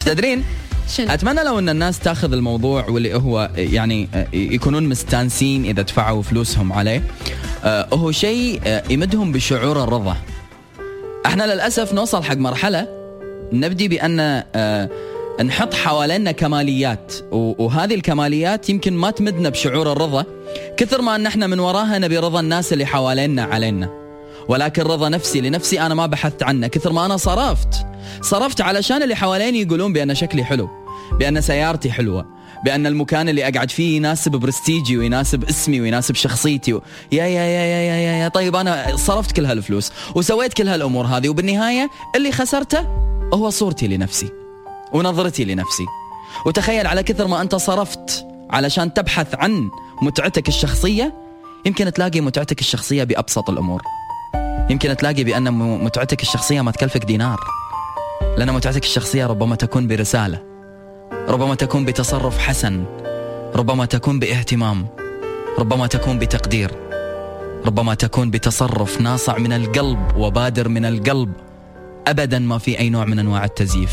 تدرين أتمنى لو أن الناس تأخذ الموضوع واللي هو يعني يكونون مستانسين إذا دفعوا فلوسهم عليه، هو شيء يمدهم بشعور الرضا. احنا للأسف نوصل حق مرحلة نبدي بأن نحط حوالينا كماليات، وهذه الكماليات يمكن ما تمدنا بشعور الرضا كثر ما أن احنا من وراها نبي رضا الناس اللي حوالينا علينا. ولكن رضا نفسي لنفسي أنا ما بحثت عنه كثر ما أنا صرفت علشان اللي حواليني يقولون بأن شكلي حلو، بأن سيارتي حلوة، بأن المكان اللي أقعد فيه يناسب برستيجي ويناسب اسمي ويناسب شخصيتي يا يا يا يا يا يا يا طيب أنا صرفت كل هالفلوس وسويت كل هالأمور هذه، وبالنهاية اللي خسرته هو صورتي لنفسي ونظرتي لنفسي. وتخيل على كثر ما أنت صرفت علشان تبحث عن متعتك الشخصية، يمكن تلاقي متعتك الشخصية بأبسط الأمور. يمكن تلاقي بأن متعتك الشخصية ما تكلفك دينار، لأن متعتك الشخصية ربما تكون برسالة، ربما تكون بتصرف حسن، ربما تكون باهتمام، ربما تكون بتقدير، ربما تكون بتصرف ناصع من القلب وبادر من القلب، أبدا ما في أي نوع من أنواع التزييف.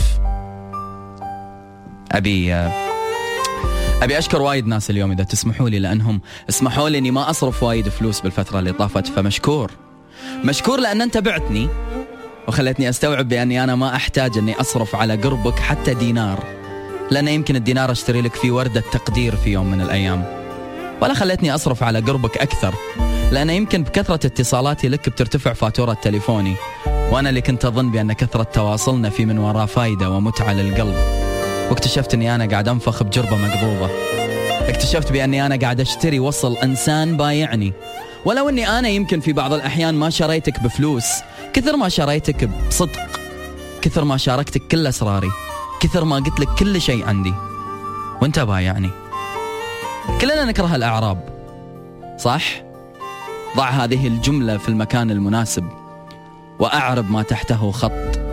أبي أشكر وايد ناس اليوم إذا تسمحوا لي، لأنهم اسمحوا لي أني ما أصرف وايد فلوس بالفترة اللي طافت، فمشكور لأن أنت بعتني وخلتني أستوعب بأني أنا ما أحتاج أني أصرف على قربك حتى دينار، لأن يمكن الدينار أشتري لك فيه وردة تقدير في يوم من الأيام. ولا خلتني أصرف على قربك أكثر، لأن يمكن بكثرة اتصالاتي لك بترتفع فاتورة تليفوني، وأنا اللي كنت أظن بأن كثرة تواصلنا في من وراء فايدة ومتعة للقلب، واكتشفت أني أنا قاعد أنفخ بجربة مقبوضة. اكتشفت بأني أنا قاعد أشتري وصل إنسان بايعني، ولو أني أنا يمكن في بعض الأحيان ما شريتك بفلوس كثر ما شريتك بصدق، كثر ما شاركتك كل أسراري، كثر ما قلت لك كل شيء عندي وانت بايعني. كلنا نكره الأعراب صح؟ ضع هذه الجملة في المكان المناسب وأعرب ما تحته خط.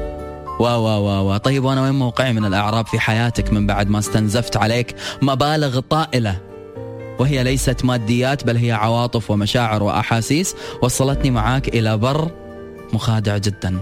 طيب وأنا وين موقعي من الأعراب في حياتك من بعد ما استنزفت عليك مبالغ طائلة، وهي ليست ماديات بل هي عواطف ومشاعر وأحاسيس وصلتني معاك إلى بر مخادع جدا.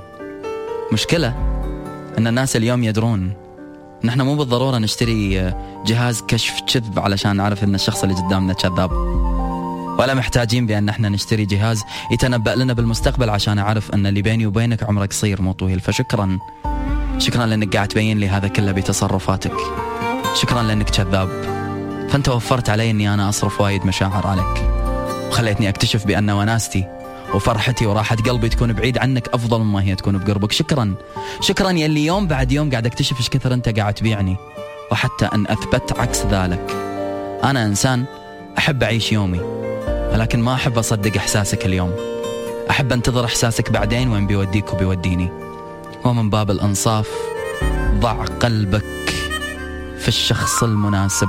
مشكلة أن الناس اليوم يدرون نحن مو بالضرورة نشتري جهاز كشف كذب علشان نعرف أن الشخص اللي قدامنا كذاب، ولا محتاجين بأن نحن نشتري جهاز يتنبأ لنا بالمستقبل عشان أعرف أن اللي بيني وبينك عمره قصير مو طويل. فشكرا لأنك قاعد تبين لي هذا كله بتصرفاتك، شكرا لأنك كذاب. فأنت وفرت علي أني أنا أصرف وايد مشاعر عليك، وخليتني أكتشف بأن وناستي وفرحتي وراحة قلبي تكون بعيد عنك أفضل مما هي تكون بقربك. شكرا يلي يوم بعد يوم قاعد أكتشف إيش كثر أنت قاعد تبيعني، وحتى أن أثبت عكس ذلك. أنا إنسان أحب أعيش يومي، ولكن ما أحب أصدق إحساسك اليوم، أحب أنتظر إحساسك بعدين وين بيوديك وبيوديني. ومن باب الإنصاف ضع قلبك في الشخص المناسب،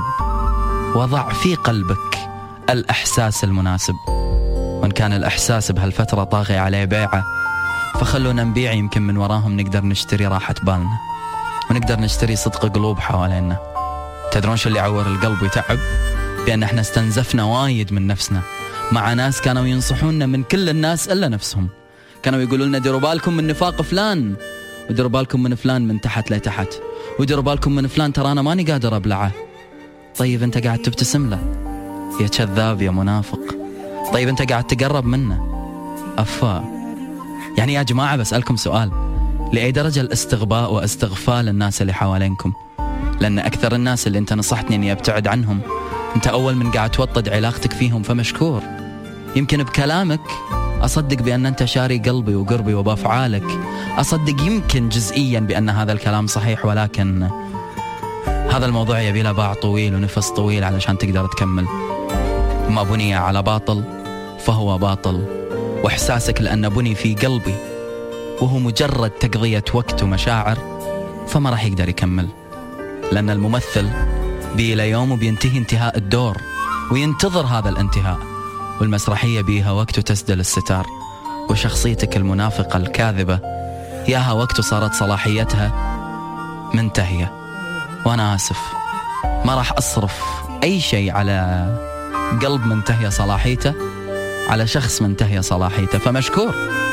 وضع في قلبك الإحساس المناسب. وإن كان الإحساس بهالفترة طاغي عليه بيعة، فخلونا نبيع، يمكن من وراهم نقدر نشتري راحة بالنا، ونقدر نشتري صدق قلوب حوالينا. تدرون شو اللي عور القلب ويتعب؟ بأن احنا استنزفنا وايد من نفسنا مع ناس كانوا ينصحوننا من كل الناس إلا نفسهم. كانوا يقولوا لنا ديروا بالكم من نفاق فلان، وديروا بالكم من فلان من تحت لتحت، وديروا بالكم من فلان ترى أنا ماني قادر أبلعه. طيب أنت قاعد تبتسم له يا كذاب يا منافق. طيب أنت قاعد تقرب منه أفا. يعني يا جماعة بسألكم سؤال، لأي درجة الاستغباء واستغفال الناس اللي حوالينكم؟ لأن أكثر الناس اللي أنت نصحتني أني أبتعد عنهم أنت أول من قاعد توطد علاقتك فيهم، فمشكور. يمكن بكلامك أصدق بأن أنت شاري قلبي وقربي، وبأفعالك أصدق يمكن جزئيا بأن هذا الكلام صحيح، ولكن هذا الموضوع يبي له باع طويل ونفس طويل علشان تقدر تكمل. ما بني على باطل فهو باطل، وإحساسك لأن بني في قلبي وهو مجرد تقضية وقت ومشاعر فما راح يقدر يكمل، لأن الممثل بيلا يوم وبينتهي انتهاء الدور وينتظر هذا الانتهاء، والمسرحية بيها وقت تسدل الستار، وشخصيتك المنافقة الكاذبة ياها وقت صارت صلاحيتها منتهية. وأنا آسف، ما راح أصرف أي شيء على قلب منتهية صلاحيته، على شخص منتهية صلاحيته.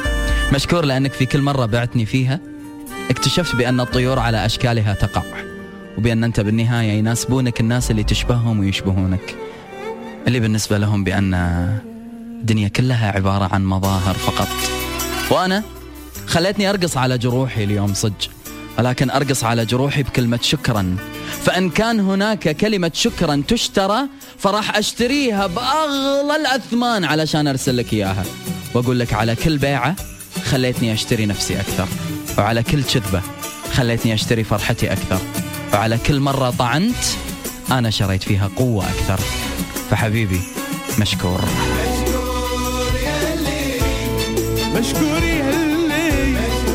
فمشكور لأنك في كل مرة بعتني فيها اكتشفت بأن الطيور على أشكالها تقع، وبأن أنت بالنهاية يناسبونك الناس اللي تشبههم ويشبهونك، اللي بالنسبة لهم بأن الدنيا كلها عبارة عن مظاهر فقط. وأنا خلتني أرقص على جروحي اليوم صج، ولكن أرقص على جروحي بكلمة شكرا. فإن كان هناك كلمة شكرا تشترى فراح أشتريها بأغلى الأثمان علشان أرسل لك إياها، وأقول لك على كل بيعة خليتني أشتري نفسي أكثر، وعلى كل كذبة خليتني أشتري فرحتي أكثر، وعلى كل مرة طعنت أنا شريت فيها قوة أكثر. فحبيبي مشكور. مشكور يلي،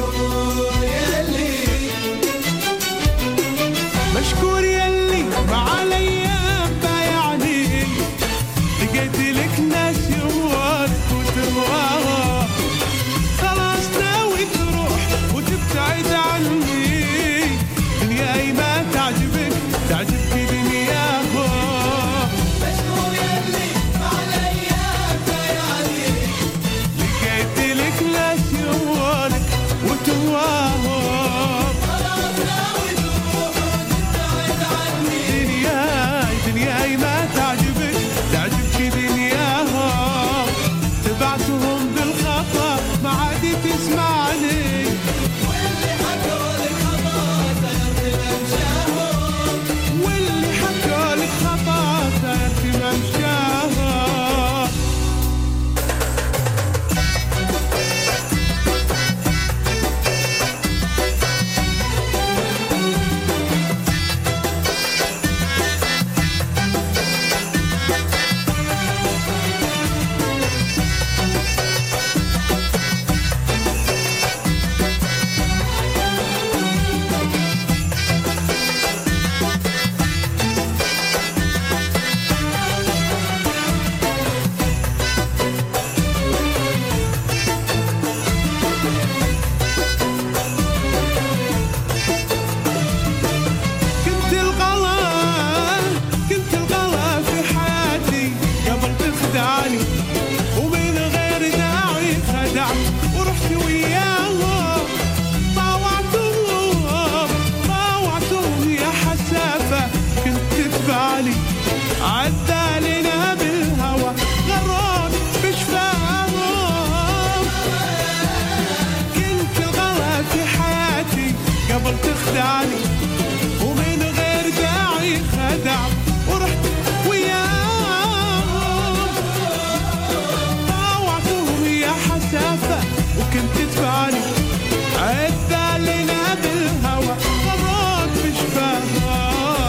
مشكور يلي مع الأيام بايعني، لقيت لك ناس يهواك وتهواها، خلاص ناوي تروح وتبتعد عني، دنياي ما تعجبك تعجبك دنياها. مشكور يلي مع الأيام بايعني، لقيت لك ناس يهواك وتهواها، خلاص ناوي تروح وتبتعد عني، دنياي ما تعجبك تعجبك دنياها. تبعتهم بالخطا ما عاد تسمعني، واللي حكولك خطا سيرتي ممشاهم، واللي حكولك خطا سيرتي ممشاها. كنت الغلا في حياتي قبل تخدعني، ومن غير داعي خدعت ورحت وياهم، طاوعتهم يا حسافة كنت تتبعني، عدالنا بالهوى غرون بشفاهم. كنت الغلا في حياتي قبل تخدعني، ومن غير داعي خدعت ورحت وياهم، طاوعتهم يا حسافة وكنت تدفعني، عدالنا بالهوى غرون بشفاهم.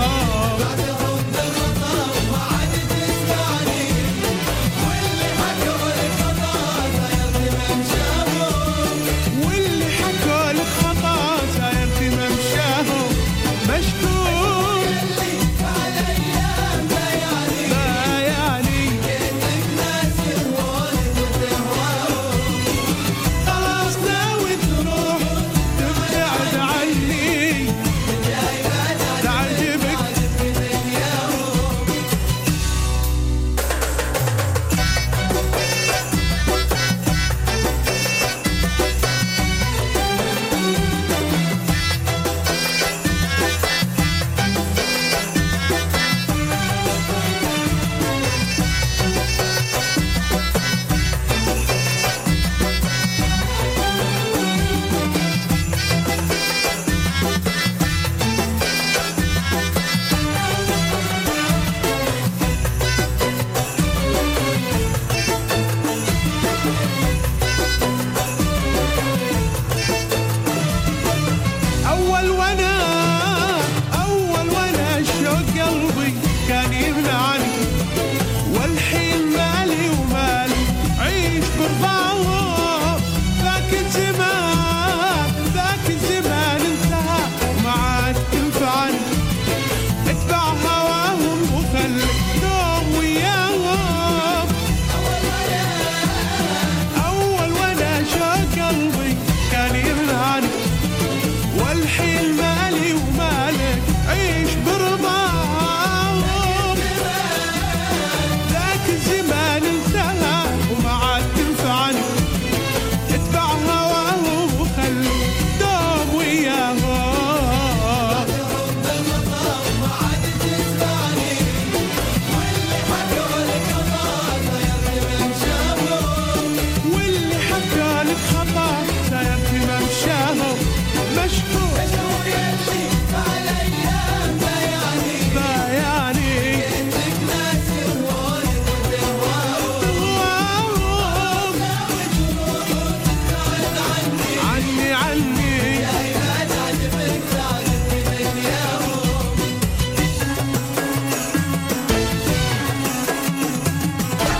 واللي حكولك خطا سايرتي ممشاهم. مشكور بايعني، خلاص ناوي تروح تبتعد عني، تعجبك أول وأنا شوق قلبي كان يمنعني، والحين مالي ومالي عيش برضاهم. ذاك الزمان انتهى وما عاد تنفعني،